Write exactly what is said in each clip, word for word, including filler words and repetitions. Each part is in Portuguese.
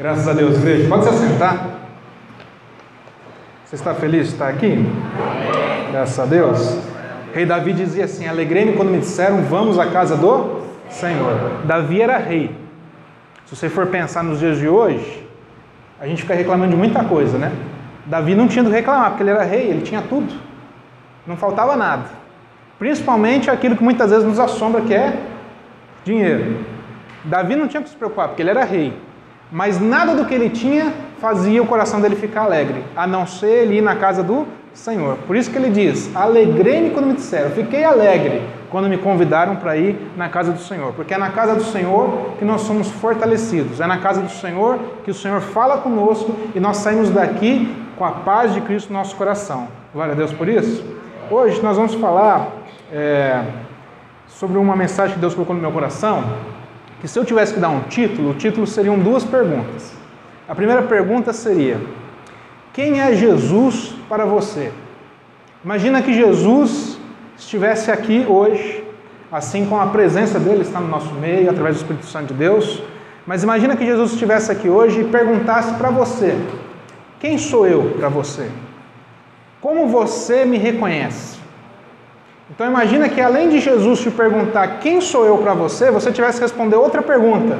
Graças a Deus, igreja. Pode se assentar. Você está feliz de estar aqui? Graças a Deus. O rei Davi dizia assim: alegrei-me quando me disseram, vamos à casa do Senhor. Davi era rei. Se você for pensar nos dias de hoje, a gente fica reclamando de muita coisa, né? Davi não tinha do que reclamar, porque ele era rei, ele tinha tudo. Não faltava nada. Principalmente aquilo que muitas vezes nos assombra, que é dinheiro. Davi não tinha que se preocupar, porque ele era rei. Mas nada do que ele tinha fazia o coração dele ficar alegre, a não ser ele ir na casa do Senhor. Por isso que ele diz: alegrei-me quando me disseram, fiquei alegre quando me convidaram para ir na casa do Senhor. Porque é na casa do Senhor que nós somos fortalecidos, é na casa do Senhor que o Senhor fala conosco e nós saímos daqui com a paz de Cristo no nosso coração. Glória a Deus por isso. Hoje nós vamos falar é, sobre uma mensagem que Deus colocou no meu coração, que se eu tivesse que dar um título, o título seriam duas perguntas. A primeira pergunta seria: quem é Jesus para você? Imagina que Jesus estivesse aqui hoje, assim como a presença dele está no nosso meio, através do Espírito Santo de Deus, mas imagina que Jesus estivesse aqui hoje e perguntasse para você: quem sou eu para você? Como você me reconhece? Então imagina que além de Jesus te perguntar quem sou eu para você, você tivesse que responder outra pergunta.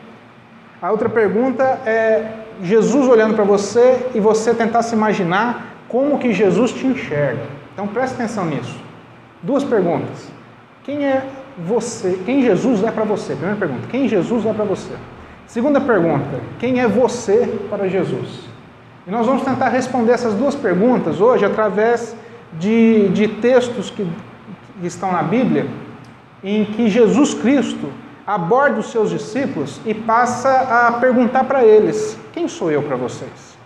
A outra pergunta é Jesus olhando para você e você tentar se imaginar como que Jesus te enxerga. Então preste atenção nisso. Duas perguntas. Quem é você? Quem Jesus é para você? Primeira pergunta. Quem Jesus é para você? Segunda pergunta. Quem é você para Jesus? E nós vamos tentar responder essas duas perguntas hoje através de, de textos que, que estão na Bíblia, em que Jesus Cristo aborda os seus discípulos e passa a perguntar para eles: quem sou eu para vocês?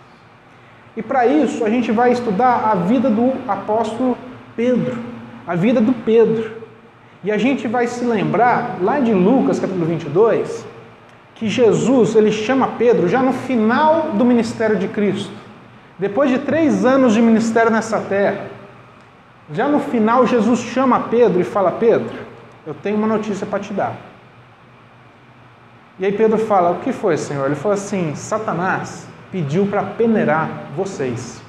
E para isso a gente vai estudar a vida do apóstolo Pedro, a vida do Pedro. E a gente vai se lembrar, lá de Lucas capítulo vinte e dois, que Jesus ele chama Pedro já no final do ministério de Cristo. Depois de três anos de ministério nessa terra, já no final Jesus chama Pedro e fala: Pedro, eu tenho uma notícia para te dar. E aí Pedro fala: o que foi, Senhor? Ele falou assim: Satanás pediu para peneirar vocês.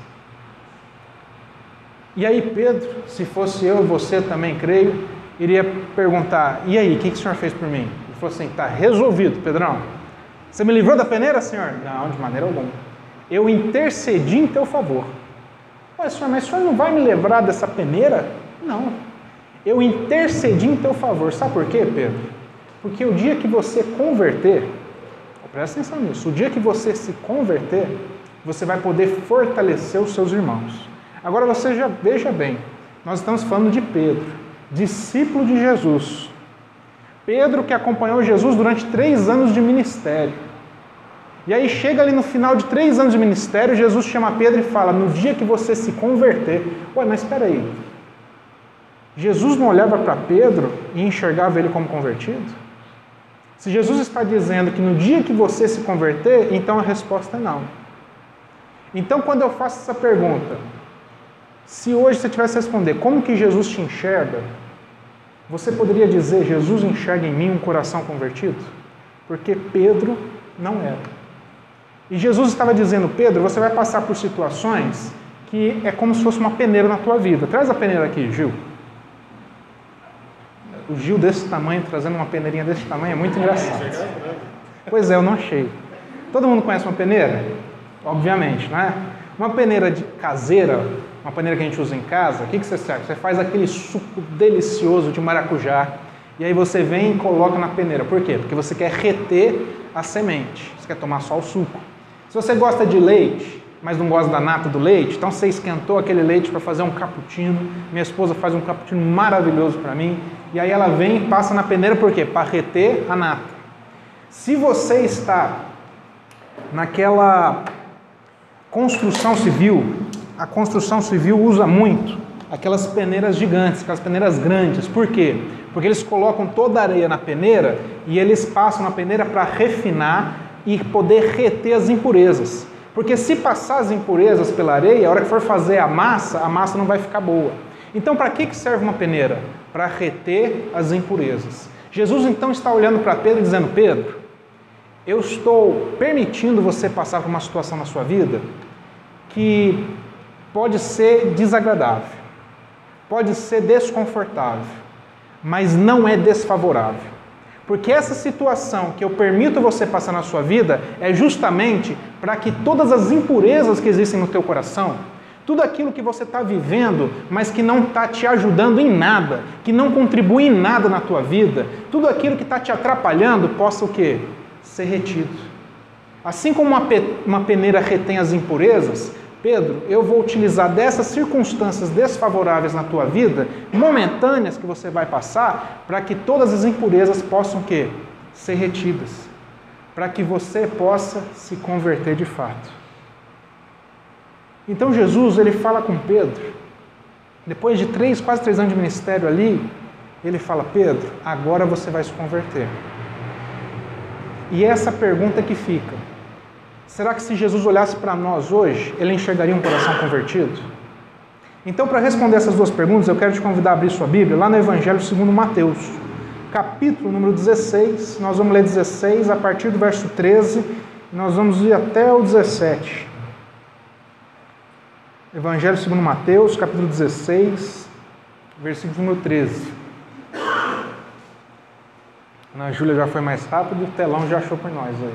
E aí Pedro, se fosse eu e você também, creio, iria perguntar: e aí, o que, que o Senhor fez por mim? Ele falou assim: está resolvido, Pedrão. Você me livrou da peneira, Senhor? Não, de maneira alguma. Eu intercedi em teu favor. Ué, Senhor, mas o Senhor não vai me livrar dessa peneira? Não. Eu intercedi em teu favor. Sabe por quê, Pedro? Porque o dia que você converter, presta atenção nisso, o dia que você se converter, você vai poder fortalecer os seus irmãos. Agora você já veja bem, nós estamos falando de Pedro, discípulo de Jesus. Pedro que acompanhou Jesus durante três anos de ministério. E aí chega ali no final de três anos de ministério, Jesus chama Pedro e fala: no dia que você se converter. Ué, mas espera aí, Jesus não olhava para Pedro e enxergava ele como convertido? Se Jesus está dizendo que no dia que você se converter, então a resposta é não. Então quando eu faço essa pergunta, se hoje você tivesse a responder como que Jesus te enxerga, você poderia dizer: Jesus enxerga em mim um coração convertido? Porque Pedro não era. E Jesus estava dizendo: Pedro, você vai passar por situações que é como se fosse uma peneira na tua vida. Traz a peneira aqui, Gil. O Gil desse tamanho, trazendo uma peneirinha desse tamanho, é muito engraçado. Pois é, eu não achei. Todo mundo conhece uma peneira? Obviamente, não é? Uma peneira de caseira, uma peneira que a gente usa em casa, o que, que você faz? Você faz aquele suco delicioso de maracujá, e aí você vem e coloca na peneira. Por quê? Porque você quer reter a semente, você quer tomar só o suco. Se você gosta de leite, mas não gosta da nata do leite, então você esquentou aquele leite para fazer um cappuccino. Minha esposa faz um cappuccino maravilhoso para mim, e aí ela vem e passa na peneira, por quê? Para reter a nata. Se você está naquela construção civil, a construção civil usa muito aquelas peneiras gigantes, aquelas peneiras grandes. Por quê? Porque eles colocam toda a areia na peneira e eles passam na peneira para refinar e poder reter as impurezas. Porque se passar as impurezas pela areia, a hora que for fazer a massa, a massa não vai ficar boa. Então, para que serve uma peneira? Para reter as impurezas. Jesus, então, está olhando para Pedro e dizendo: Pedro, eu estou permitindo você passar por uma situação na sua vida que pode ser desagradável, pode ser desconfortável, mas não é desfavorável. Porque essa situação que eu permito você passar na sua vida é justamente para que todas as impurezas que existem no teu coração, tudo aquilo que você está vivendo, mas que não está te ajudando em nada, que não contribui em nada na tua vida, tudo aquilo que está te atrapalhando, possa o quê? Ser retido. Assim como uma, pe uma peneira retém as impurezas, Pedro, eu vou utilizar dessas circunstâncias desfavoráveis na tua vida, momentâneas que você vai passar, para que todas as impurezas possam o quê? Ser retidas. Para que você possa se converter de fato. Então Jesus, ele fala com Pedro, depois de três, quase três anos de ministério ali, ele fala, Pedro, agora você vai se converter. E essa pergunta que fica, será que se Jesus olhasse para nós hoje, ele enxergaria um coração convertido? Então, para responder essas duas perguntas, eu quero te convidar a abrir sua Bíblia, lá no Evangelho segundo Mateus, capítulo número dezesseis, nós vamos ler dezesseis, a partir do verso treze, nós vamos ir até o dezessete. Evangelho segundo Mateus, capítulo dezesseis, versículo número treze. A Júlia já foi mais rápido e o telão já achou por nós aí.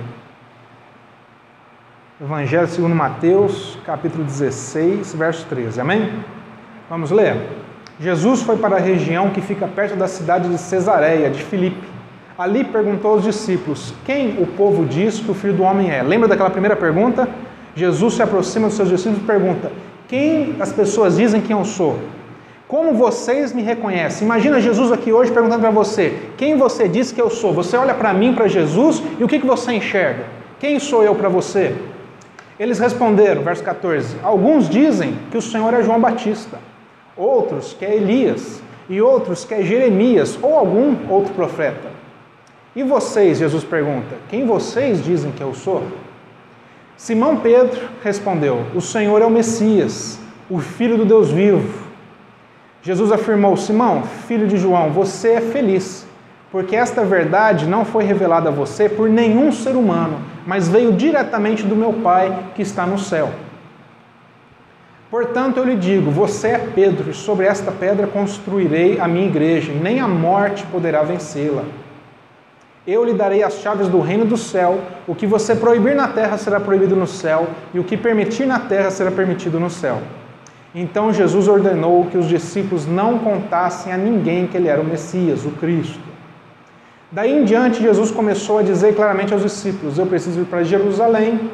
Evangelho segundo Mateus, capítulo dezesseis, verso treze. Amém? Vamos ler? Jesus foi para a região que fica perto da cidade de Cesareia, de Filipe. Ali perguntou aos discípulos, quem o povo diz que o Filho do Homem é? Lembra daquela primeira pergunta? Jesus se aproxima dos seus discípulos e pergunta, quem as pessoas dizem que eu sou? Como vocês me reconhecem? Imagina Jesus aqui hoje perguntando para você, quem você diz que eu sou? Você olha para mim, para Jesus, e o que, que você enxerga? Quem sou eu para você? Eles responderam, verso quatorze, alguns dizem que o Senhor é João Batista, outros que é Elias, e outros que é Jeremias, ou algum outro profeta. E vocês, Jesus pergunta, quem vocês dizem que eu sou? Simão Pedro respondeu, o Senhor é o Messias, o Filho do Deus vivo. Jesus afirmou, Simão, filho de João, você é feliz, porque esta verdade não foi revelada a você por nenhum ser humano, mas veio diretamente do meu Pai que está no céu. Portanto, eu lhe digo, você é Pedro, e sobre esta pedra construirei a minha igreja, e nem a morte poderá vencê-la. Eu lhe darei as chaves do reino do céu, o que você proibir na terra será proibido no céu, e o que permitir na terra será permitido no céu. Então Jesus ordenou que os discípulos não contassem a ninguém que ele era o Messias, o Cristo. Daí em diante, Jesus começou a dizer claramente aos discípulos, eu preciso ir para Jerusalém,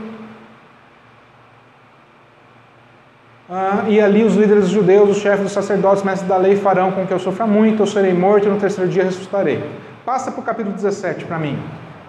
ah, e ali os líderes judeus, os chefes dos sacerdotes, mestres da lei farão com que eu sofra muito, eu serei morto e no terceiro dia ressuscitarei. Passa para o capítulo dezessete para mim.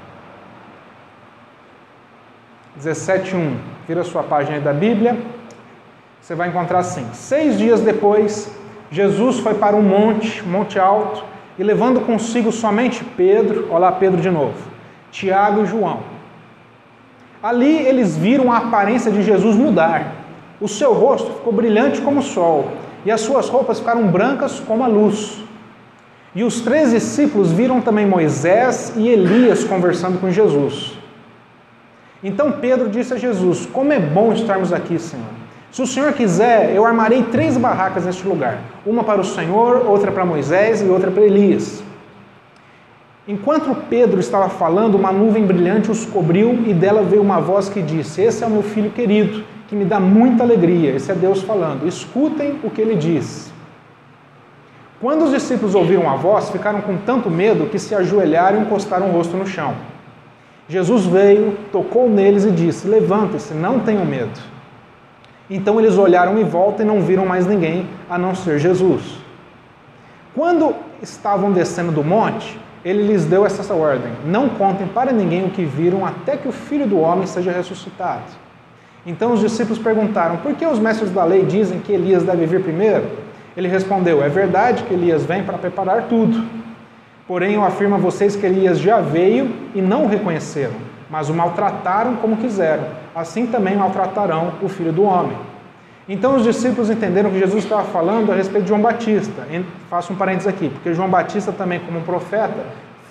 dezessete, um. Vira a sua página aí da Bíblia. Você vai encontrar assim. Seis dias depois, Jesus foi para um monte, monte alto, e levando consigo somente Pedro, olha lá Pedro de novo, Tiago e João. Ali eles viram a aparência de Jesus mudar. O seu rosto ficou brilhante como o sol, e as suas roupas ficaram brancas como a luz. E os três discípulos viram também Moisés e Elias conversando com Jesus. Então Pedro disse a Jesus, como é bom estarmos aqui, Senhor. Se o Senhor quiser, eu armarei três barracas neste lugar. Uma para o Senhor, outra para Moisés e outra para Elias. Enquanto Pedro estava falando, uma nuvem brilhante os cobriu e dela veio uma voz que disse, esse é o meu filho querido, que me dá muita alegria. Esse é Deus falando. Escutem o que ele diz. Quando os discípulos ouviram a voz, ficaram com tanto medo que se ajoelharam e encostaram o rosto no chão. Jesus veio, tocou neles e disse, levantem-se, não tenham medo. Então eles olharam em volta e não viram mais ninguém, a não ser Jesus. Quando estavam descendo do monte, ele lhes deu essa ordem, não contem para ninguém o que viram até que o Filho do Homem seja ressuscitado. Então os discípulos perguntaram, por que os mestres da lei dizem que Elias deve vir primeiro? Ele respondeu, é verdade que Elias vem para preparar tudo. Porém, eu afirmo a vocês que Elias já veio e não o reconheceram, mas o maltrataram como quiseram. Assim também maltratarão o Filho do Homem. Então os discípulos entenderam que Jesus estava falando a respeito de João Batista. Faço um parênteses aqui, porque João Batista também, como um profeta,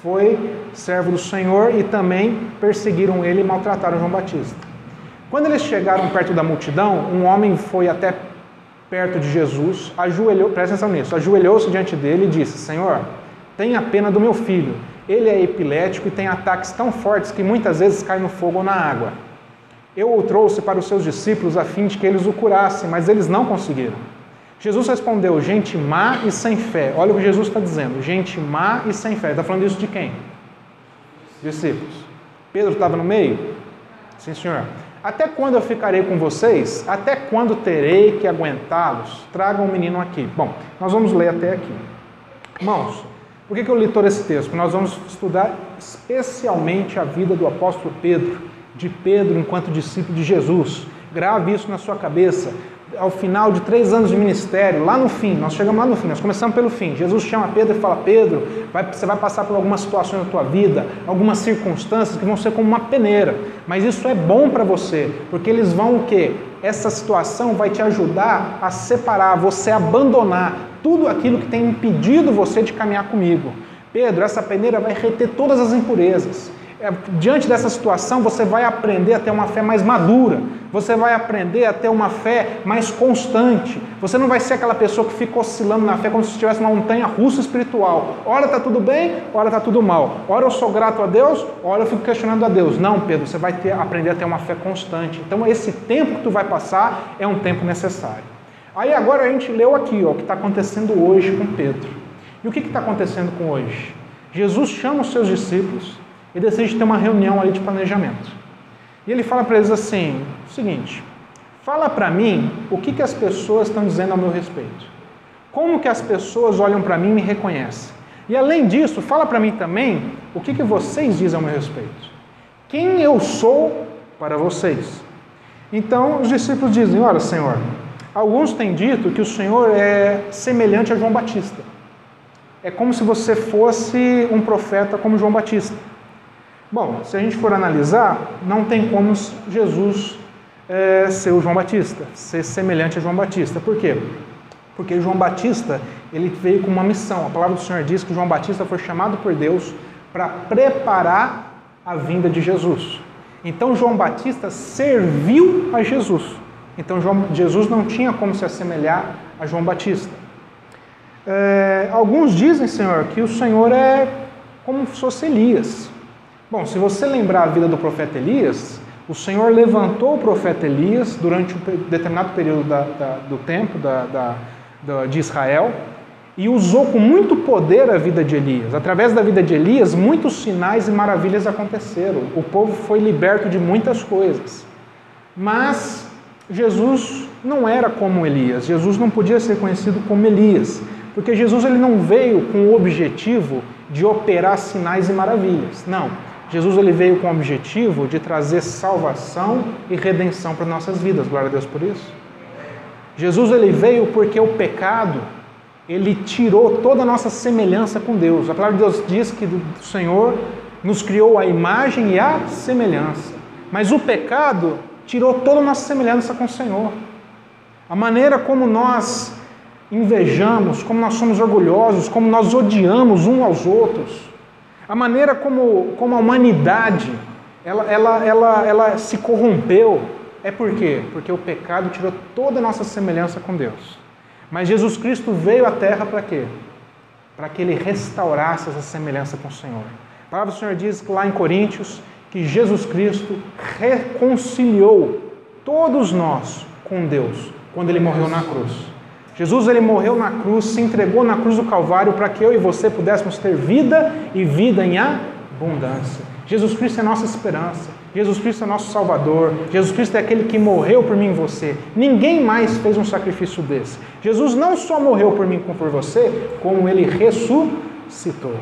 foi servo do Senhor e também perseguiram ele e maltrataram João Batista. Quando eles chegaram perto da multidão, um homem foi até perto de Jesus, ajoelhou, presta atenção nisso, ajoelhou-se diante dele e disse: Senhor, tenha pena do meu filho, ele é epilético e tem ataques tão fortes que muitas vezes cai no fogo ou na água. Eu o trouxe para os seus discípulos a fim de que eles o curassem, mas eles não conseguiram. Jesus respondeu: gente má e sem fé. Olha o que Jesus está dizendo, gente má e sem fé. Está falando isso de quem? Discípulos. Pedro estava no meio? Sim, senhor. Até quando eu ficarei com vocês? Até quando terei que aguentá-los? Tragam o menino aqui. Bom, nós vamos ler até aqui. Irmãos, por que eu li todo esse texto? Porque nós vamos estudar especialmente a vida do apóstolo Pedro, de Pedro enquanto discípulo de Jesus. Grave isso na sua cabeça. Ao final de três anos de ministério, lá no fim, nós chegamos lá no fim, nós começamos pelo fim. Jesus chama Pedro e fala: Pedro, vai, você vai passar por algumas situações na tua vida, algumas circunstâncias que vão ser como uma peneira, mas isso é bom para você, porque eles vão o quê? Essa situação vai te ajudar a separar, você abandonar tudo aquilo que tem impedido você de caminhar comigo. Pedro, essa peneira vai reter todas as impurezas. Diante dessa situação, você vai aprender a ter uma fé mais madura, você vai aprender a ter uma fé mais constante, você não vai ser aquela pessoa que fica oscilando na fé como se estivesse uma montanha russa espiritual. Ora está tudo bem, ora está tudo mal. Ora eu sou grato a Deus, ora eu fico questionando a Deus. Não, Pedro, você vai ter, aprender a ter uma fé constante. Então esse tempo que tu vai passar é um tempo necessário. Aí agora a gente leu aqui, ó, o que está acontecendo hoje com Pedro. E o que está acontecendo com hoje? Jesus chama os seus discípulos e decide ter uma reunião ali de planejamento. E ele fala para eles assim, o seguinte: fala para mim o que, que as pessoas estão dizendo ao meu respeito. Como que as pessoas olham para mim e me reconhecem. E além disso, fala para mim também o que, que vocês dizem ao meu respeito. Quem eu sou para vocês. Então os discípulos dizem: olha, Senhor, alguns têm dito que o Senhor é semelhante a João Batista. É como se você fosse um profeta como João Batista. Bom, se a gente for analisar, não tem como Jesus é, ser o João Batista, ser semelhante a João Batista. Por quê? Porque João Batista, ele veio com uma missão. A palavra do Senhor diz que João Batista foi chamado por Deus para preparar a vinda de Jesus. Então João Batista serviu a Jesus. Então João, Jesus não tinha como se assemelhar a João Batista. É, alguns dizem, Senhor, que o Senhor é como se fosse Elias. Bom, se você lembrar a vida do profeta Elias, o Senhor levantou o profeta Elias durante um determinado período da, da, do tempo da, da, da, de Israel e usou com muito poder a vida de Elias. Através da vida de Elias, muitos sinais e maravilhas aconteceram. O povo foi liberto de muitas coisas. Mas Jesus não era como Elias. Jesus não podia ser conhecido como Elias, porque Jesus ele não veio com o objetivo de operar sinais e maravilhas. Não. Jesus ele veio com o objetivo de trazer salvação e redenção para nossas vidas. Glória a Deus por isso. Jesus ele veio porque o pecado, ele tirou toda a nossa semelhança com Deus. A palavra de Deus diz que o Senhor nos criou a imagem e a semelhança. Mas o pecado tirou toda a nossa semelhança com o Senhor. A maneira como nós invejamos, como nós somos orgulhosos, como nós odiamos uns aos outros, a maneira como, como a humanidade ela, ela, ela, ela se corrompeu, é por quê? Porque o pecado tirou toda a nossa semelhança com Deus. Mas Jesus Cristo veio à terra para quê? Para que Ele restaurasse essa semelhança com o Senhor. A palavra do Senhor diz lá em Coríntios que Jesus Cristo reconciliou todos nós com Deus quando Ele morreu na cruz. Jesus ele morreu na cruz, se entregou na cruz do Calvário para que eu e você pudéssemos ter vida e vida em abundância. Jesus Cristo é nossa esperança. Jesus Cristo é nosso Salvador. Jesus Cristo é aquele que morreu por mim e você. Ninguém mais fez um sacrifício desse. Jesus não só morreu por mim e por você, como Ele ressuscitou.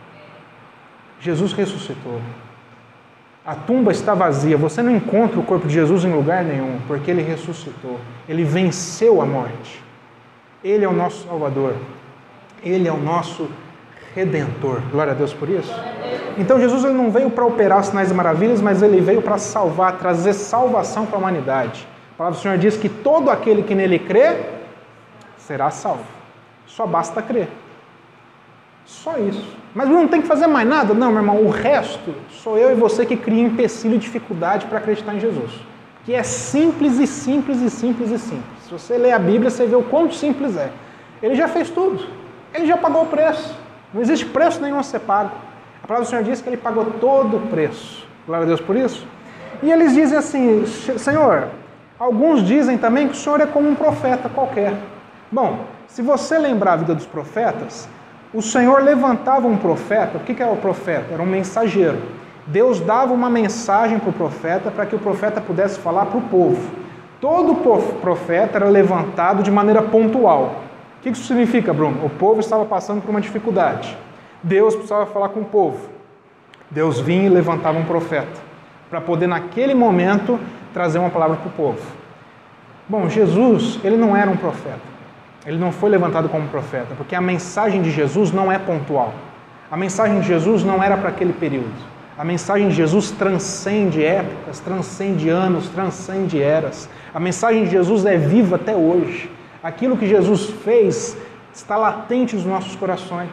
Jesus ressuscitou. A tumba está vazia. Você não encontra o corpo de Jesus em lugar nenhum, porque Ele ressuscitou. Ele venceu a morte. Ele é o nosso Salvador. Ele é o nosso Redentor. Glória a Deus por isso. Então Jesus ele não veio para operar sinais e maravilhas, mas Ele veio para salvar, trazer salvação para a humanidade. A palavra do Senhor diz que todo aquele que nele crê será salvo. Só basta crer. Só isso. Mas não tem que fazer mais nada? Não, meu irmão, o resto sou eu e você que cria empecilho e dificuldade para acreditar em Jesus. Que é simples e simples e simples e simples. Se você ler a Bíblia, você vê o quão simples é. Ele já fez tudo. Ele já pagou o preço. Não existe preço nenhum a ser pago. A palavra do Senhor diz que Ele pagou todo o preço. Glória a Deus por isso. E eles dizem assim, Senhor, alguns dizem também que o Senhor é como um profeta qualquer. Bom, se você lembrar a vida dos profetas, o Senhor levantava um profeta. O que era o profeta? Era um mensageiro. Deus dava uma mensagem para o profeta para que o profeta pudesse falar para o povo. Todo profeta era levantado de maneira pontual. O que isso significa, Bruno? O povo estava passando por uma dificuldade. Deus precisava falar com o povo. Deus vinha e levantava um profeta para poder, naquele momento, trazer uma palavra para o povo. Bom, Jesus, ele não era um profeta. Ele não foi levantado como profeta, porque a mensagem de Jesus não é pontual. A mensagem de Jesus não era para aquele período. A mensagem de Jesus transcende épocas, transcende anos, transcende eras. A mensagem de Jesus é viva até hoje. Aquilo que Jesus fez está latente nos nossos corações.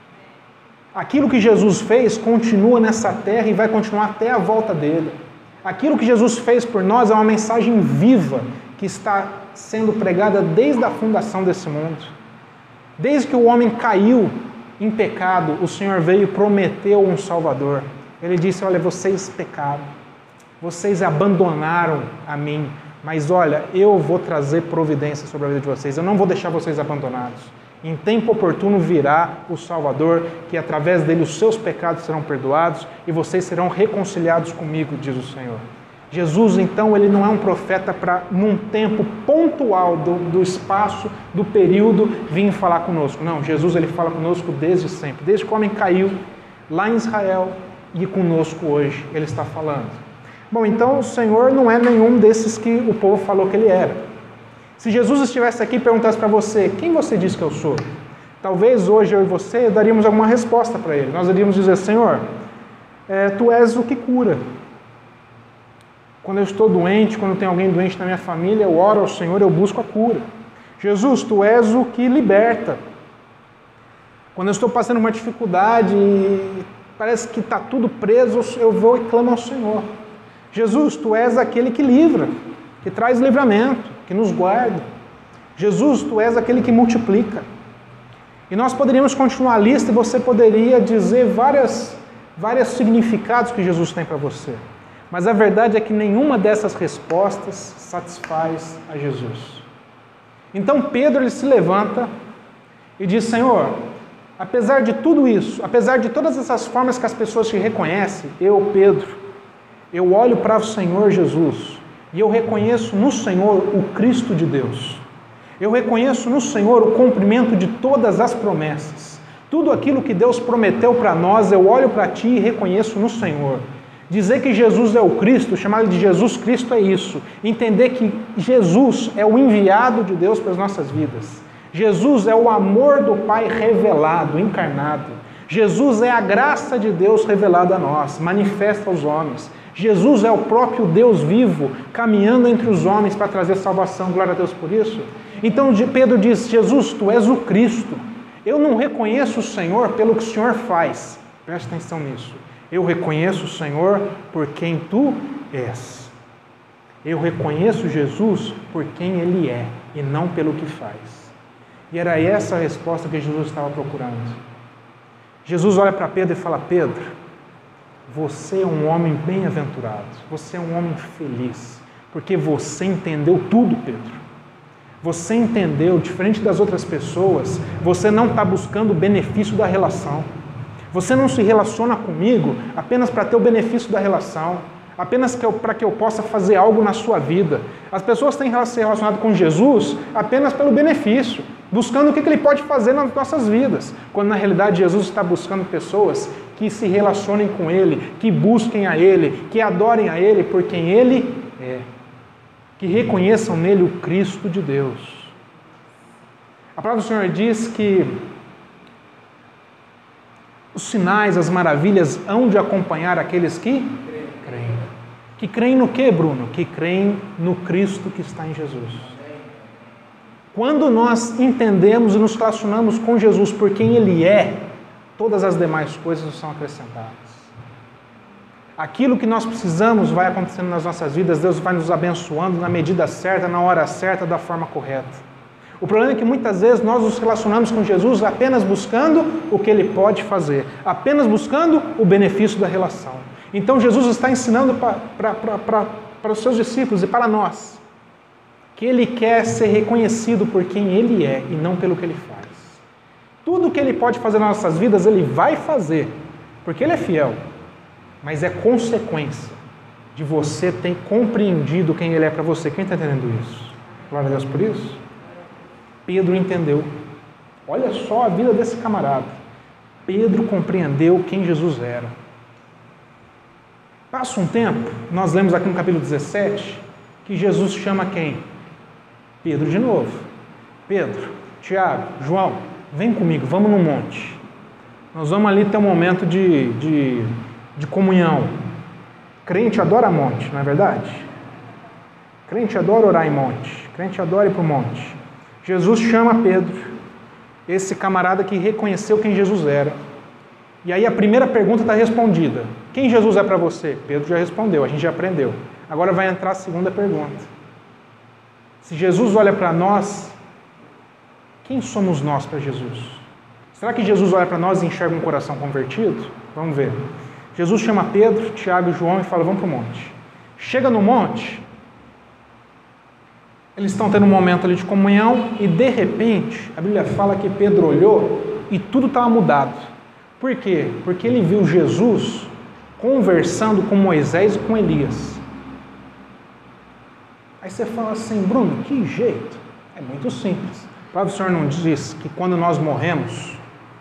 Aquilo que Jesus fez continua nessa terra e vai continuar até a volta dele. Aquilo que Jesus fez por nós é uma mensagem viva que está sendo pregada desde a fundação desse mundo. Desde que o homem caiu em pecado, o Senhor veio e prometeu um Salvador. Ele disse, olha, vocês pecaram, vocês abandonaram a mim, mas olha, eu vou trazer providência sobre a vida de vocês, eu não vou deixar vocês abandonados. Em tempo oportuno virá o Salvador, que através dele os seus pecados serão perdoados e vocês serão reconciliados comigo, diz o Senhor. Jesus, então, ele não é um profeta para, num tempo pontual do, do espaço, do período, vir falar conosco. Não, Jesus, ele fala conosco desde sempre. Desde que o homem caiu lá em Israel e conosco hoje, ele está falando. Bom, então o Senhor não é nenhum desses que o povo falou que ele era. Se Jesus estivesse aqui e perguntasse para você, quem você diz que eu sou? Talvez hoje eu e você daríamos alguma resposta para ele. Nós iríamos dizer, Senhor, é, tu és o que cura. Quando eu estou doente, quando tem alguém doente na minha família, eu oro ao Senhor, eu busco a cura. Jesus, tu és o que liberta. Quando eu estou passando uma dificuldade e parece que está tudo preso, eu vou e clamo ao Senhor. Jesus, tu és aquele que livra, que traz livramento, que nos guarda. Jesus, tu és aquele que multiplica. E nós poderíamos continuar a lista e você poderia dizer várias, vários significados que Jesus tem para você. Mas a verdade é que nenhuma dessas respostas satisfaz a Jesus. Então Pedro ele se levanta e diz, Senhor, apesar de tudo isso, apesar de todas essas formas que as pessoas te reconhecem, eu, Pedro, eu olho para o Senhor Jesus e eu reconheço no Senhor o Cristo de Deus. Eu reconheço no Senhor o cumprimento de todas as promessas. Tudo aquilo que Deus prometeu para nós, eu olho para ti e reconheço no Senhor. Dizer que Jesus é o Cristo, chamar de Jesus Cristo é isso. Entender que Jesus é o enviado de Deus para as nossas vidas. Jesus é o amor do Pai revelado, encarnado. Jesus é a graça de Deus revelada a nós, manifesta aos homens. Jesus é o próprio Deus vivo, caminhando entre os homens para trazer salvação. Glória a Deus por isso. Então Pedro diz, Jesus, tu és o Cristo. Eu não reconheço o Senhor pelo que o Senhor faz. Preste atenção nisso. Eu reconheço o Senhor por quem tu és. Eu reconheço Jesus por quem Ele é e não pelo que faz. E era essa a resposta que Jesus estava procurando. Jesus olha para Pedro e fala, Pedro, você é um homem bem-aventurado, você é um homem feliz, porque você entendeu tudo, Pedro. Você entendeu, diferente das outras pessoas, você não está buscando o benefício da relação. Você não se relaciona comigo apenas para ter o benefício da relação, apenas para que eu possa fazer algo na sua vida. As pessoas têm se relacionado com Jesus apenas pelo benefício, buscando o que Ele pode fazer nas nossas vidas, quando na realidade Jesus está buscando pessoas que se relacionem com Ele, que busquem a Ele, que adorem a Ele por quem Ele é, que reconheçam nele o Cristo de Deus. A palavra do Senhor diz que os sinais, as maravilhas hão de acompanhar aqueles que creem. Que creem no quê, Bruno? Que creem no Cristo que está em Jesus. Quando nós entendemos e nos relacionamos com Jesus por quem Ele é, todas as demais coisas nos são acrescentadas. Aquilo que nós precisamos vai acontecendo nas nossas vidas, Deus vai nos abençoando na medida certa, na hora certa, da forma correta. O problema é que muitas vezes nós nos relacionamos com Jesus apenas buscando o que Ele pode fazer, apenas buscando o benefício da relação. Então Jesus está ensinando para os seus discípulos e para nós que Ele quer ser reconhecido por quem Ele é e não pelo que Ele faz. Tudo o que Ele pode fazer nas nossas vidas, Ele vai fazer, porque Ele é fiel, mas é consequência de você ter compreendido quem Ele é para você. Quem está entendendo isso? Glória a Deus por isso. Pedro entendeu. Olha só a vida desse camarada. Pedro compreendeu quem Jesus era. Passa um tempo, nós lemos aqui no capítulo dezessete, que Jesus chama quem? Pedro de novo. Pedro, Tiago, João, vem comigo, vamos no monte. Nós vamos ali ter um momento de, de, de comunhão. Crente adora monte, não é verdade? Crente adora orar em monte. Crente adora ir para o monte. Jesus chama Pedro, esse camarada que reconheceu quem Jesus era. E aí a primeira pergunta está respondida. Quem Jesus é para você? Pedro já respondeu, a gente já aprendeu. Agora vai entrar a segunda pergunta. Se Jesus olha para nós, quem somos nós para Jesus? Será que Jesus olha para nós e enxerga um coração convertido? Vamos ver. Jesus chama Pedro, Tiago e João e fala, vamos para o monte. Chega no monte, eles estão tendo um momento ali de comunhão e de repente, a Bíblia fala que Pedro olhou e tudo estava mudado. Por quê? Porque ele viu Jesus conversando com Moisés e com Elias. Aí você fala assim, Bruno, que jeito? É muito simples. A palavra do Senhor não diz que quando nós morremos,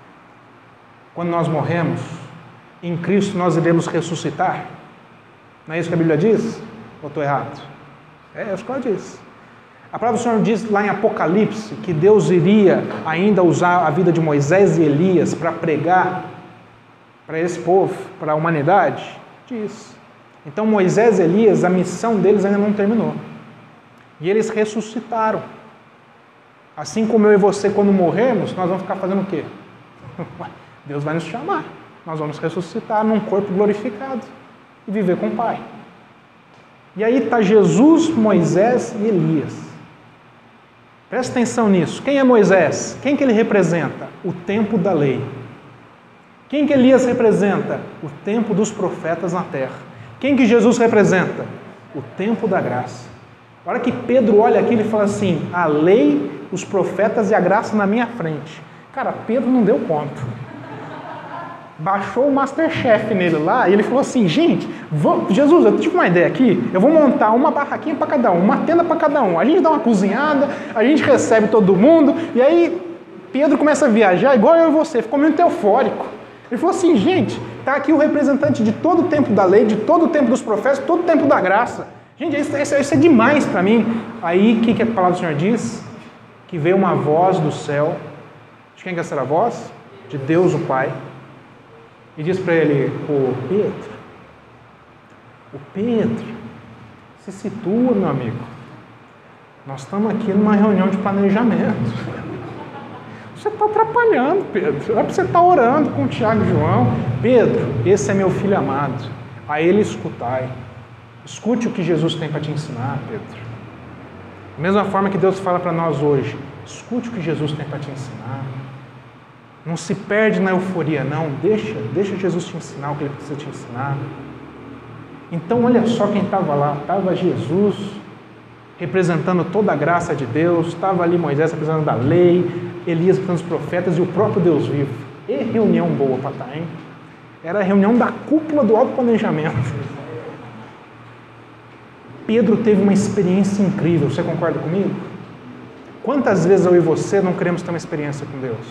quando nós morremos, em Cristo nós iremos ressuscitar? Não é isso que a Bíblia diz? Ou estou errado? É isso que ela diz. A palavra do Senhor diz lá em Apocalipse que Deus iria ainda usar a vida de Moisés e Elias para pregar para esse povo, para a humanidade? Diz. Então Moisés e Elias, a missão deles ainda não terminou. E eles ressuscitaram. Assim como eu e você, quando morrermos, nós vamos ficar fazendo o quê? Deus vai nos chamar. Nós vamos ressuscitar num corpo glorificado e viver com o Pai. E aí está Jesus, Moisés e Elias. Presta atenção nisso. Quem é Moisés? Quem que ele representa? O tempo da lei. Quem que Elias representa? O tempo dos profetas na terra. Quem que Jesus representa? O tempo da graça. A hora que Pedro olha aqui, ele fala assim, a lei, os profetas e a graça na minha frente. Cara, Pedro não deu conta. Baixou o Masterchef nele lá e ele falou assim, gente, vamos, Jesus, eu tive uma ideia aqui, eu vou montar uma barraquinha para cada um, uma tenda para cada um, a gente dá uma cozinhada, a gente recebe todo mundo, e aí Pedro começa a viajar igual eu e você, ficou muito eufórico. Ele falou assim, gente, está aqui o representante de todo o tempo da lei, de todo o tempo dos profetas, todo o tempo da graça. Gente, isso, isso, isso é demais para mim. Aí, o que, que a palavra do Senhor diz? Que veio uma voz do céu. De quem que é essa voz? De Deus o Pai. E diz para ele, ô Pedro, o Pedro, se situa, meu amigo. Nós estamos aqui numa reunião de planejamento. Você está atrapalhando, Pedro. É para você estar orando com o Tiago e João. Pedro, esse é meu filho amado. A ele escutai. Escute o que Jesus tem para te ensinar, Pedro. Da mesma forma que Deus fala para nós hoje, escute o que Jesus tem para te ensinar. Não se perde na euforia, não. Deixa, deixa Jesus te ensinar o que Ele precisa te ensinar. Então, olha só quem estava lá. Estava Jesus, representando toda a graça de Deus. Estava ali Moisés, representando da lei. Elias, representando os profetas e o próprio Deus vivo. E reunião boa para estar, hein? Era a reunião da cúpula do alto planejamento. Pedro teve uma experiência incrível. Você concorda comigo? Quantas vezes eu e você não queremos ter uma experiência com Deus?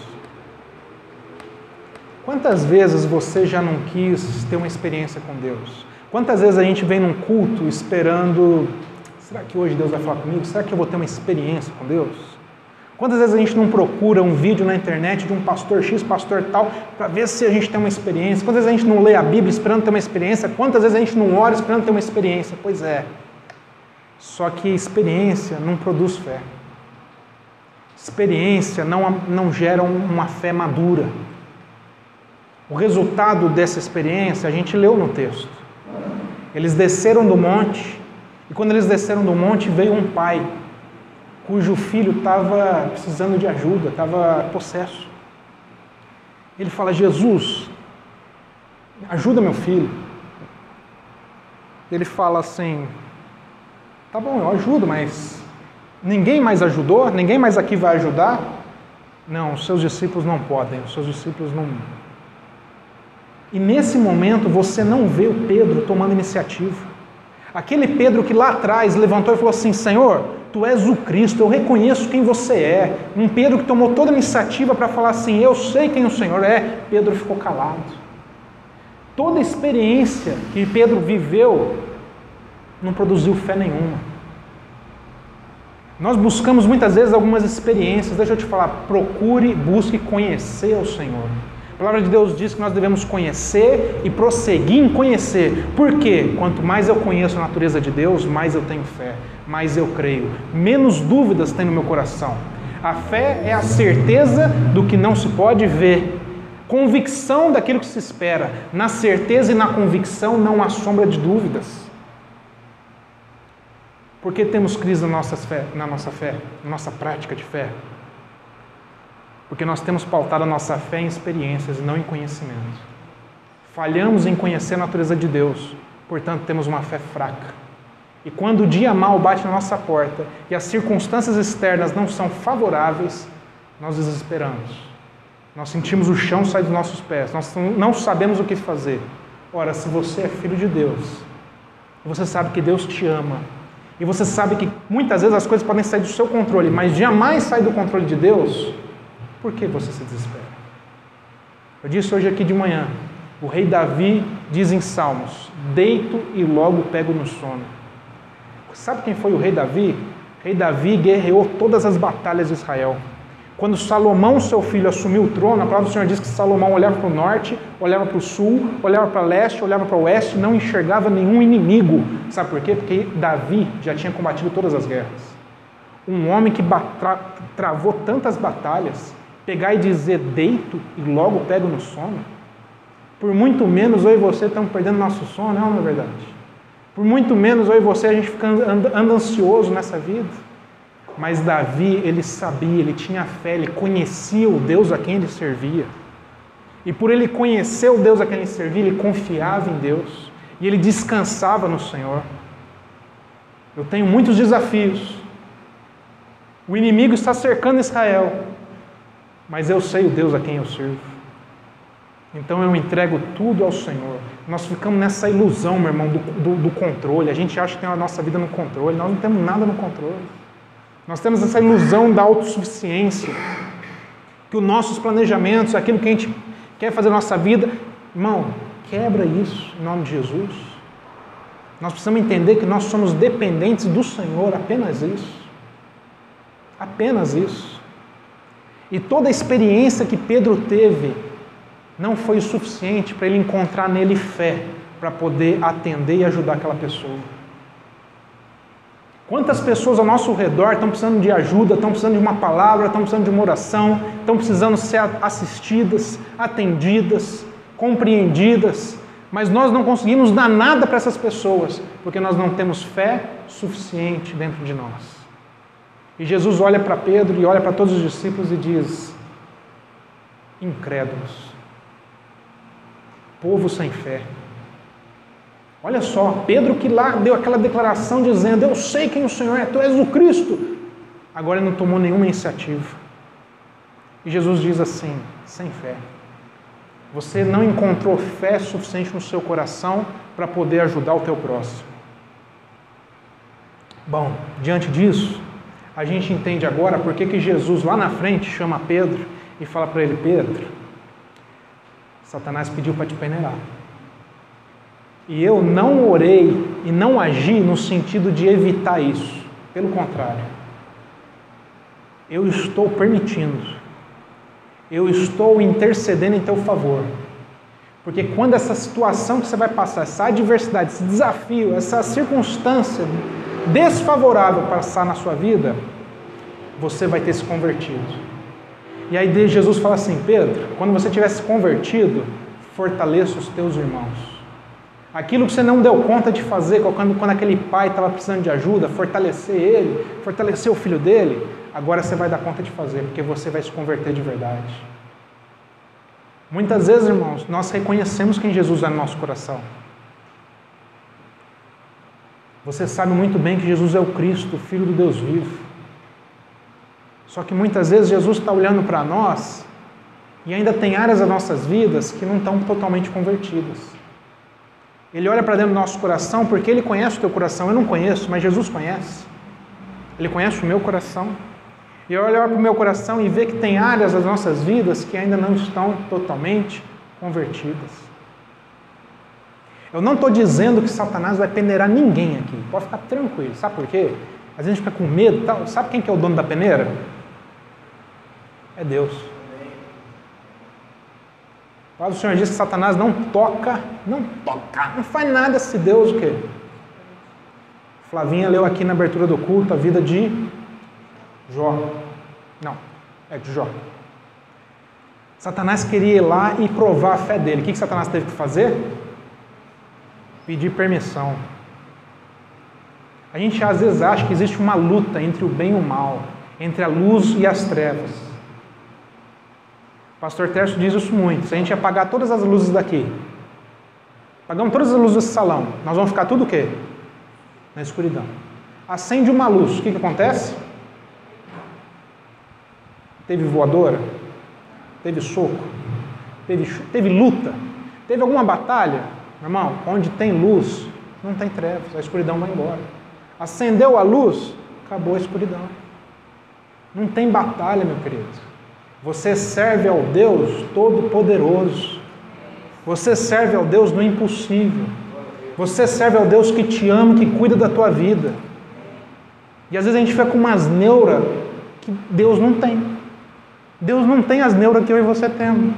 Quantas vezes você já não quis ter uma experiência com Deus? Quantas vezes a gente vem num culto esperando, será que hoje Deus vai falar comigo? Será que eu vou ter uma experiência com Deus? Quantas vezes a gente não procura um vídeo na internet de um pastor X, pastor tal, para ver se a gente tem uma experiência? Quantas vezes a gente não lê a Bíblia esperando ter uma experiência? Quantas vezes a gente não ora esperando ter uma experiência? Pois é. Só que experiência não produz fé. Experiência não, não gera uma fé madura. O resultado dessa experiência a gente leu no texto. Eles desceram do monte, e quando eles desceram do monte veio um pai, cujo filho estava precisando de ajuda, estava possesso. Ele fala: Jesus, ajuda meu filho. Ele fala assim: tá bom, eu ajudo, mas ninguém mais ajudou? Ninguém mais aqui vai ajudar? Não, os seus discípulos não podem, os seus discípulos não... E nesse momento você não vê o Pedro tomando iniciativa. Aquele Pedro que lá atrás levantou e falou assim: Senhor, Tu és o Cristo, eu reconheço quem você é. Um Pedro que tomou toda a iniciativa para falar assim: eu sei quem o Senhor é. Pedro ficou calado. Toda a experiência que Pedro viveu não produziu fé nenhuma. Nós buscamos muitas vezes algumas experiências. Deixa eu te falar, procure, busque conhecer o Senhor. A palavra de Deus diz que nós devemos conhecer e prosseguir em conhecer. Por quê? Quanto mais eu conheço a natureza de Deus, mais eu tenho fé, mais eu creio, menos dúvidas tem no meu coração. A fé é a certeza do que não se pode ver, convicção daquilo que se espera. Na certeza e na convicção não há sombra de dúvidas. Por que temos crise na nossa fé, na nossa fé, na nossa prática de fé? Porque nós temos pautado a nossa fé em experiências e não em conhecimento. Falhamos em conhecer a natureza de Deus, portanto temos uma fé fraca. E quando o dia mau bate na nossa porta e as circunstâncias externas não são favoráveis, nós desesperamos. Nós sentimos o chão sair dos nossos pés, nós não sabemos o que fazer. Ora, se você é filho de Deus, você sabe que Deus te ama, e você sabe que muitas vezes as coisas podem sair do seu controle, mas jamais sai do controle de Deus, por que você se desespera? Eu disse hoje aqui de manhã, o rei Davi diz em Salmos: deito e logo pego no sono. Sabe quem foi o rei Davi? O rei Davi guerreou todas as batalhas de Israel. Quando Salomão, seu filho, assumiu o trono, a palavra do Senhor diz que Salomão olhava para o norte, olhava para o sul, olhava para o leste, olhava para o oeste, não enxergava nenhum inimigo. Sabe por quê? Porque Davi já tinha combatido todas as guerras. Um homem que tra travou tantas batalhas, pegar e dizer deito e logo pego no sono, por muito menos eu e você estamos perdendo nosso sono, não é verdade? Por muito menos eu e você a gente fica anda, anda ansioso nessa vida. Mas Davi, ele sabia, ele tinha fé, ele conhecia o Deus a quem ele servia. E por ele conhecer o Deus a quem ele servia, ele confiava em Deus. E ele descansava no Senhor. Eu tenho muitos desafios. O inimigo está cercando Israel. Mas eu sei o Deus a quem eu sirvo. Então eu entrego tudo ao Senhor. Nós ficamos nessa ilusão, meu irmão, do, do, do controle. A gente acha que tem a nossa vida no controle. Nós não temos nada no controle. Nós temos essa ilusão da autossuficiência. Que os nossos planejamentos, aquilo que a gente quer fazer na nossa vida, irmão, quebra isso em nome de Jesus. Nós precisamos entender que nós somos dependentes do Senhor, apenas isso. Apenas isso. E toda a experiência que Pedro teve não foi o suficiente para ele encontrar nele fé, para poder atender e ajudar aquela pessoa. Quantas pessoas ao nosso redor estão precisando de ajuda, estão precisando de uma palavra, estão precisando de uma oração, estão precisando ser assistidas, atendidas, compreendidas, mas nós não conseguimos dar nada para essas pessoas, porque nós não temos fé suficiente dentro de nós. E Jesus olha para Pedro e olha para todos os discípulos e diz: incrédulos, povo sem fé. Olha só, Pedro que lá deu aquela declaração dizendo: eu sei quem o Senhor é, tu és o Cristo. Agora ele não tomou nenhuma iniciativa. E Jesus diz assim: sem fé. Você não encontrou fé suficiente no seu coração para poder ajudar o teu próximo. Bom, diante disso, a gente entende agora por que que Jesus lá na frente chama Pedro e fala para ele: Pedro, Satanás pediu para te peneirar. E eu não orei e não agi no sentido de evitar isso. Pelo contrário. Eu estou permitindo. Eu estou intercedendo em teu favor. Porque quando essa situação que você vai passar, essa adversidade, esse desafio, essa circunstância desfavorável passar na sua vida, você vai ter se convertido. E aí Jesus fala assim: Pedro, quando você tiver se convertido, fortaleça os teus irmãos. Aquilo que você não deu conta de fazer quando, quando aquele pai estava precisando de ajuda, fortalecer ele, fortalecer o filho dele, agora você vai dar conta de fazer, porque você vai se converter de verdade. Muitas vezes, irmãos, nós reconhecemos quem Jesus é no nosso coração. Você sabe muito bem que Jesus é o Cristo, o Filho do Deus vivo. Só que muitas vezes Jesus está olhando para nós e ainda tem áreas das nossas vidas que não estão totalmente convertidas. Ele olha para dentro do nosso coração porque Ele conhece o teu coração. Eu não conheço, mas Jesus conhece. Ele conhece o meu coração. E eu olho para o meu coração e vê que tem áreas das nossas vidas que ainda não estão totalmente convertidas. Eu não estou dizendo que Satanás vai peneirar ninguém aqui. Pode ficar tranquilo. Sabe por quê? Às vezes a gente fica com medo e tal. Sabe quem que é o dono da peneira? É Deus. A palavra do Senhor diz que Satanás não toca, não toca, não faz nada se Deus o quê? Flavinha leu aqui na abertura do culto a vida de Jó. Não, é de Jó. Satanás queria ir lá e provar a fé dele. O que que Satanás teve que fazer? Pedir permissão. A gente às vezes acha que existe uma luta entre o bem e o mal, entre a luz e as trevas. O pastor Tércio diz isso muito. Se a gente apagar todas as luzes daqui, apagamos todas as luzes desse salão, nós vamos ficar tudo o quê? Na escuridão. Acende uma luz, o que que acontece? Teve voadora? Teve soco? Teve, teve luta? Teve alguma batalha? Meu irmão, onde tem luz, não tem trevas, a escuridão vai embora. Acendeu a luz, acabou a escuridão. Não tem batalha, meu querido. Você serve ao Deus Todo-Poderoso. Você serve ao Deus do impossível. Você serve ao Deus que te ama, que cuida da tua vida. E às vezes a gente fica com umas neuras que Deus não tem. Deus não tem as neuras que eu e você temos.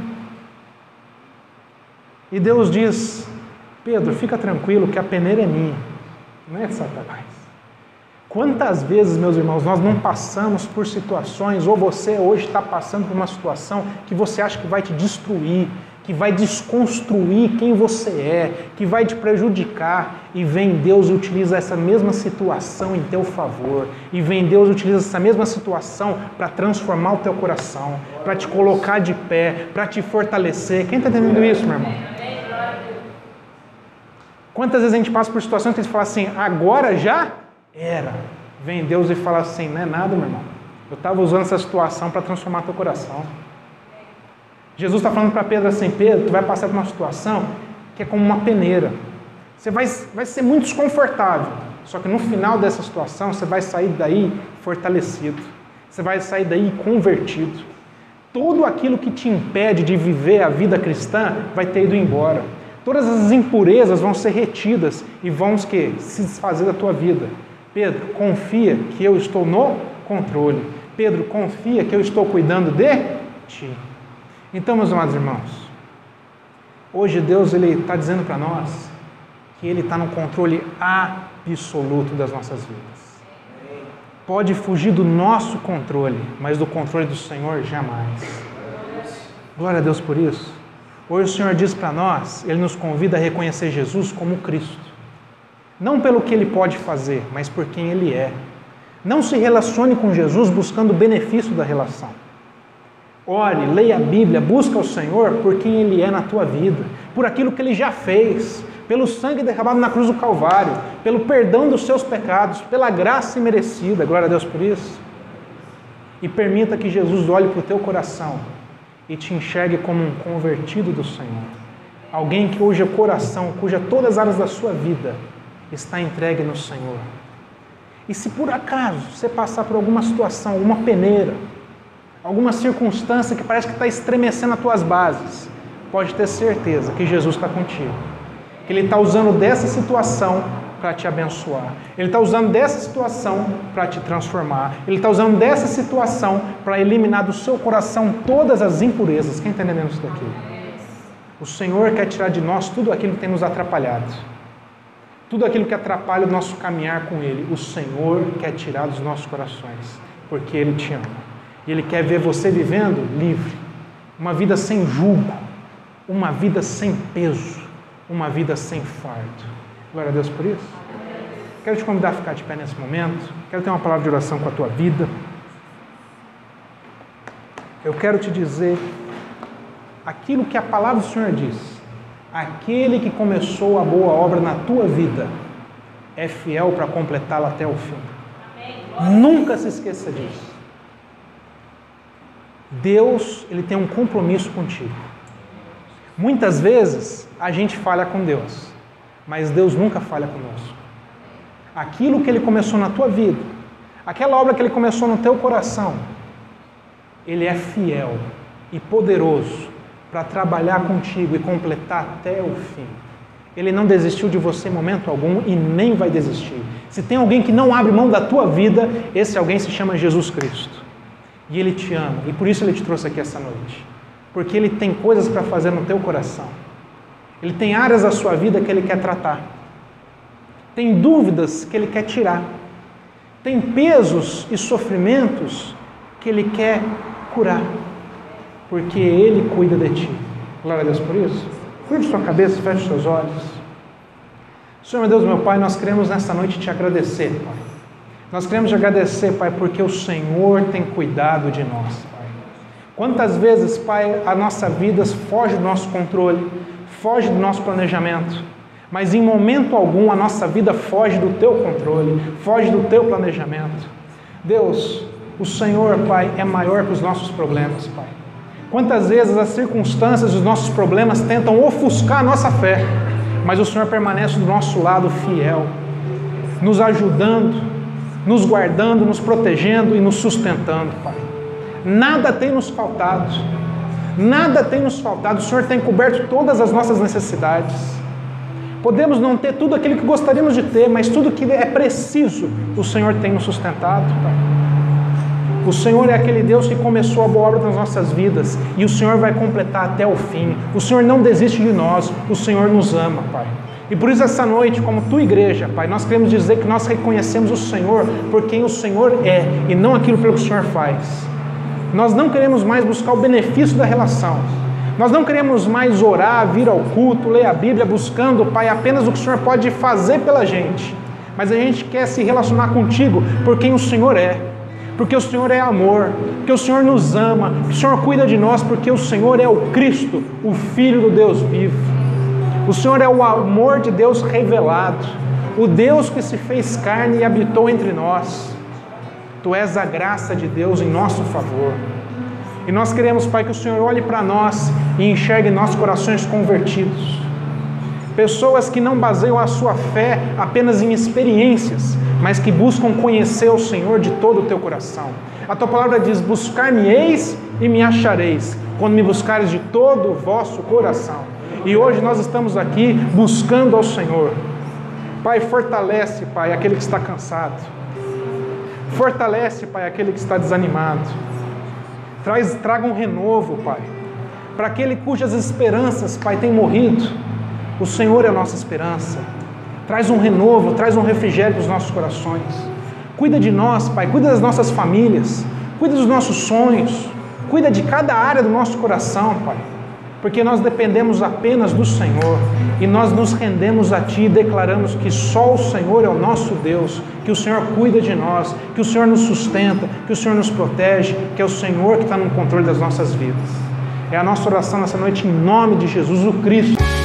E Deus diz: Pedro, fica tranquilo que a peneira é minha, não é de Satanás. Quantas vezes, meus irmãos, nós não passamos por situações, ou você hoje está passando por uma situação que você acha que vai te destruir, que vai desconstruir quem você é, que vai te prejudicar, e vem Deus e utiliza essa mesma situação em teu favor, e vem Deus e utiliza essa mesma situação para transformar o teu coração, para te colocar de pé, para te fortalecer. Quem está entendendo isso, meu irmão? Quantas vezes a gente passa por situações que a gente fala assim, agora já era. Vem Deus e fala assim, não é nada, meu irmão. Eu estava usando essa situação para transformar teu coração. Jesus está falando para Pedro assim, Pedro, tu vai passar por uma situação que é como uma peneira. Você vai, vai ser muito desconfortável. Só que no final dessa situação, você vai sair daí fortalecido. Você vai sair daí convertido. Tudo aquilo que te impede de viver a vida cristã vai ter ido embora. Todas as impurezas vão ser retidas e vão que, se desfazer da tua vida. Pedro, confia que eu estou no controle. Pedro, confia que eu estou cuidando de ti. Então, meus amados irmãos, hoje Deus está dizendo para nós que Ele está no controle absoluto das nossas vidas. Pode fugir do nosso controle, mas do controle do Senhor jamais. Glória a Deus por isso. Hoje o Senhor diz para nós, Ele nos convida a reconhecer Jesus como Cristo. Não pelo que Ele pode fazer, mas por quem Ele é. Não se relacione com Jesus buscando o benefício da relação. Ore, leia a Bíblia, busca o Senhor por quem Ele é na tua vida, por aquilo que Ele já fez, pelo sangue derramado na cruz do Calvário, pelo perdão dos seus pecados, pela graça imerecida. Glória a Deus por isso. E permita que Jesus olhe para o teu coração e te enxergue como um convertido do Senhor. Alguém que cujo coração, cuja todas as áreas da sua vida está entregue no Senhor. E se por acaso você passar por alguma situação, uma peneira, alguma circunstância que parece que está estremecendo as tuas bases, pode ter certeza que Jesus está contigo. Que Ele está usando dessa situação para te abençoar. Ele está usando dessa situação para te transformar. Ele está usando dessa situação para eliminar do seu coração todas as impurezas. Quem está entendendo isso daqui? O Senhor quer tirar de nós tudo aquilo que tem nos atrapalhado. Tudo aquilo que atrapalha o nosso caminhar com Ele. O Senhor quer tirar dos nossos corações, porque Ele te ama. E Ele quer ver você vivendo livre. Uma vida sem julgo. uma vida sem peso, uma vida sem fardo. Glória a Deus por isso. Quero te convidar a ficar de pé nesse momento. Quero ter uma palavra de oração com a tua vida. Eu quero te dizer aquilo que a palavra do Senhor diz. Aquele que começou a boa obra na tua vida é fiel para completá-la até o fim. Nunca se esqueça disso. Deus, Ele tem um compromisso contigo. Muitas vezes a gente falha com Deus, mas Deus nunca falha conosco. Aquilo que Ele começou na tua vida, aquela obra que Ele começou no teu coração, Ele é fiel e poderoso para trabalhar contigo e completar até o fim. Ele não desistiu de você em momento algum e nem vai desistir. Se tem alguém que não abre mão da tua vida, esse alguém se chama Jesus Cristo. E Ele te ama, e por isso Ele te trouxe aqui essa noite. Porque Ele tem coisas para fazer no teu coração. Ele tem áreas da sua vida que Ele quer tratar. Tem dúvidas que Ele quer tirar. Tem pesos e sofrimentos que Ele quer curar. Porque Ele cuida de ti. Glória a Deus por isso. Curve sua cabeça, feche seus olhos. Senhor, meu Deus, meu Pai, nós queremos nessa noite te agradecer, Pai. Nós queremos te agradecer, Pai, porque o Senhor tem cuidado de nós, Pai. Quantas vezes, Pai, a nossa vida foge do nosso controle, foge do nosso planejamento, mas em momento algum a nossa vida foge do Teu controle, foge do Teu planejamento. Deus, o Senhor, Pai, é maior que os nossos problemas, Pai. Quantas vezes as circunstâncias, os nossos problemas tentam ofuscar a nossa fé, mas o Senhor permanece do nosso lado fiel, nos ajudando, nos guardando, nos protegendo e nos sustentando, Pai. Nada tem nos faltado, nada tem nos faltado, o Senhor tem coberto todas as nossas necessidades. Podemos não ter tudo aquilo que gostaríamos de ter, mas tudo que é preciso, o Senhor tem nos sustentado, Pai. O Senhor é aquele Deus que começou a boa obra nas nossas vidas e o Senhor vai completar até o fim. O Senhor não desiste de nós, o Senhor nos ama, Pai. E por isso essa noite, como tua igreja, Pai, nós queremos dizer que nós reconhecemos o Senhor por quem o Senhor é e não aquilo pelo que o Senhor faz. Nós não queremos mais buscar o benefício da relação. Nós não queremos mais orar, vir ao culto, ler a Bíblia, buscando, Pai, apenas o que o Senhor pode fazer pela gente. Mas a gente quer se relacionar contigo por quem o Senhor é. Porque o Senhor é amor, porque o Senhor nos ama, que o Senhor cuida de nós, porque o Senhor é o Cristo, o Filho do Deus vivo. O Senhor é o amor de Deus revelado, o Deus que se fez carne e habitou entre nós. Tu és a graça de Deus em nosso favor. E nós queremos, Pai, que o Senhor olhe para nós e enxergue nossos corações convertidos. Pessoas que não baseiam a sua fé apenas em experiências, mas que buscam conhecer o Senhor de todo o teu coração. A tua palavra diz, buscar-me-eis e me achareis, quando me buscares de todo o vosso coração. E hoje nós estamos aqui buscando ao Senhor. Pai, fortalece, Pai, aquele que está cansado. Fortalece, Pai, aquele que está desanimado. Traz, traga um renovo, Pai, para aquele cujas esperanças, Pai, têm morrido. O Senhor é a nossa esperança. Traz um renovo, traz um refrigério para os nossos corações. Cuida de nós, Pai, cuida das nossas famílias, cuida dos nossos sonhos, cuida de cada área do nosso coração, Pai, porque nós dependemos apenas do Senhor e nós nos rendemos a Ti e declaramos que só o Senhor é o nosso Deus, que o Senhor cuida de nós, que o Senhor nos sustenta, que o Senhor nos protege, que é o Senhor que está no controle das nossas vidas. É a nossa oração nessa noite em nome de Jesus, o Cristo.